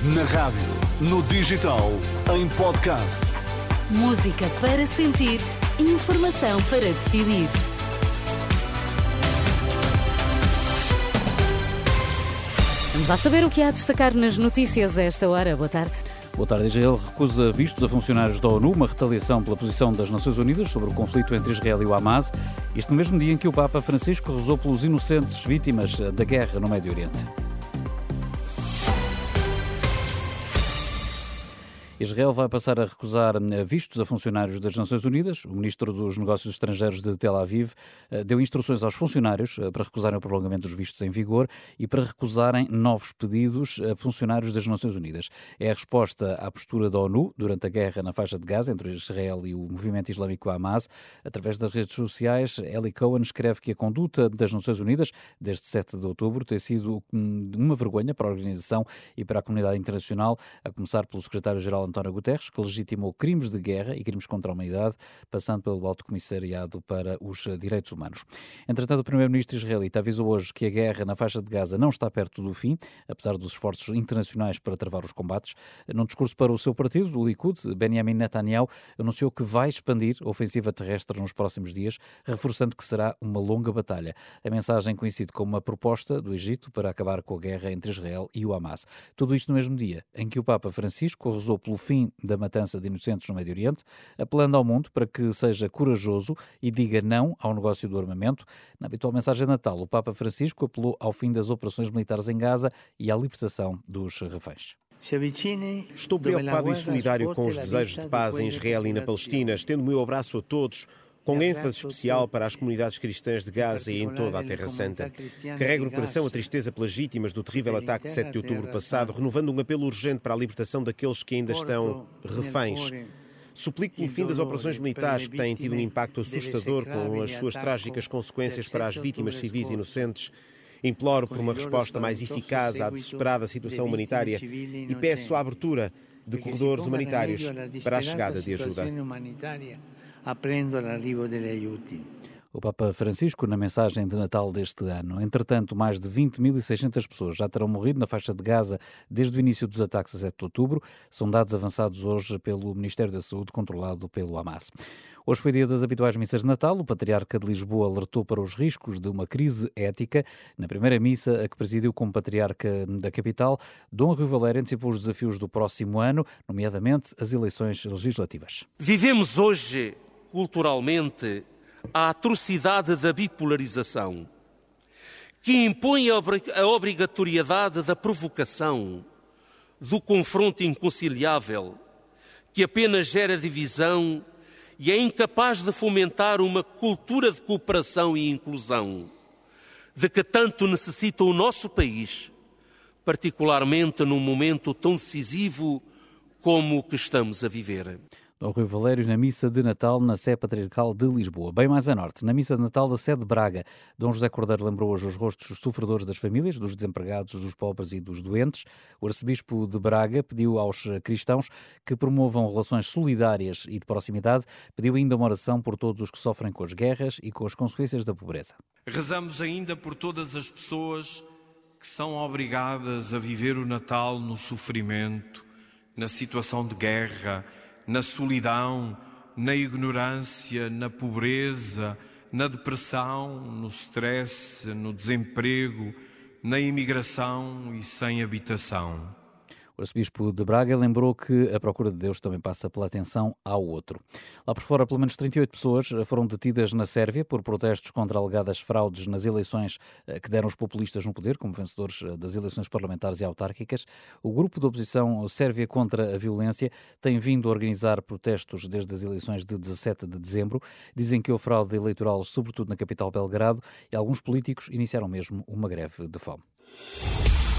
Na rádio, no digital, em podcast. Música para sentir, informação para decidir. Vamos lá saber o que há a destacar nas notícias a esta hora. Boa tarde. Boa tarde. Israel recusa vistos a funcionários da ONU, uma retaliação pela posição das Nações Unidas sobre o conflito entre Israel e o Hamas. Isto no mesmo dia em que o Papa Francisco rezou pelos inocentes vítimas da guerra no Médio Oriente. Israel vai passar a recusar vistos a funcionários das Nações Unidas. O ministro dos Negócios Estrangeiros de Tel Aviv deu instruções aos funcionários para recusarem o prolongamento dos vistos em vigor e para recusarem novos pedidos a funcionários das Nações Unidas. É a resposta à postura da ONU durante a guerra na faixa de Gaza entre Israel e o movimento islâmico Hamas. Através das redes sociais, Eli Cohen escreve que a conduta das Nações Unidas desde 7 de outubro tem sido uma vergonha para a organização e para a comunidade internacional, a começar pelo secretário-geral António Guterres, que legitimou crimes de guerra e crimes contra a humanidade, passando pelo Alto Comissariado para os Direitos Humanos. Entretanto, o primeiro-ministro israelita avisou hoje que a guerra na faixa de Gaza não está perto do fim, apesar dos esforços internacionais para travar os combates. Num discurso para o seu partido, o Likud, Benjamin Netanyahu anunciou que vai expandir a ofensiva terrestre nos próximos dias, reforçando que será uma longa batalha. A mensagem coincide com uma proposta do Egito para acabar com a guerra entre Israel e o Hamas. Tudo isto no mesmo dia em que o Papa Francisco rezou pelo fim da matança de inocentes no Médio Oriente, apelando ao mundo para que seja corajoso e diga não ao negócio do armamento. Na habitual mensagem de Natal, o Papa Francisco apelou ao fim das operações militares em Gaza e à libertação dos reféns. Estou preocupado e solidário com os desejos de paz em Israel e na Palestina, estendo o meu abraço a todos, com ênfase especial para as comunidades cristãs de Gaza e em toda a Terra Santa. Carrego no coração a tristeza pelas vítimas do terrível ataque de 7 de outubro passado, renovando um apelo urgente para a libertação daqueles que ainda estão reféns. Suplico pelo fim das operações militares que têm tido um impacto assustador com as suas trágicas consequências para as vítimas civis inocentes. Imploro por uma resposta mais eficaz à desesperada situação humanitária e peço a abertura de corredores humanitários para a chegada de ajuda. O Papa Francisco, na mensagem de Natal deste ano. Entretanto, mais de 20.600 pessoas já terão morrido na faixa de Gaza desde o início dos ataques a 7 de outubro. São dados avançados hoje pelo Ministério da Saúde, controlado pelo Hamas. Hoje foi dia das habituais missas de Natal. O Patriarca de Lisboa alertou para os riscos de uma crise ética. Na primeira missa, a que presidiu como Patriarca da capital, Dom Rui Valério antecipou os desafios do próximo ano, nomeadamente as eleições legislativas. Vivemos hoje, culturalmente, a atrocidade da bipolarização, que impõe a obrigatoriedade da provocação, do confronto inconciliável, que apenas gera divisão e é incapaz de fomentar uma cultura de cooperação e inclusão, de que tanto necessita o nosso país, particularmente num momento tão decisivo como o que estamos a viver. Dom Rui Valério na missa de Natal na Sé Patriarcal de Lisboa. Bem mais a norte, na missa de Natal da Sé de Braga, Dom José Cordeiro lembrou hoje os rostos dos sofredores das famílias, dos desempregados, dos pobres e dos doentes. O arcebispo de Braga pediu aos cristãos que promovam relações solidárias e de proximidade. Pediu ainda uma oração por todos os que sofrem com as guerras e com as consequências da pobreza. Rezamos ainda por todas as pessoas que são obrigadas a viver o Natal no sofrimento, na situação de guerra, na solidão, na ignorância, na pobreza, na depressão, no stress, no desemprego, na imigração e sem habitação. O arcebispo de Braga lembrou que a procura de Deus também passa pela atenção ao outro. Lá por fora, pelo menos 38 pessoas foram detidas na Sérvia por protestos contra alegadas fraudes nas eleições que deram os populistas no poder, como vencedores das eleições parlamentares e autárquicas. O grupo de oposição Sérvia contra a Violência tem vindo a organizar protestos desde as eleições de 17 de dezembro. Dizem que houve fraude eleitoral, sobretudo na capital Belgrado, e alguns políticos iniciaram mesmo uma greve de fome.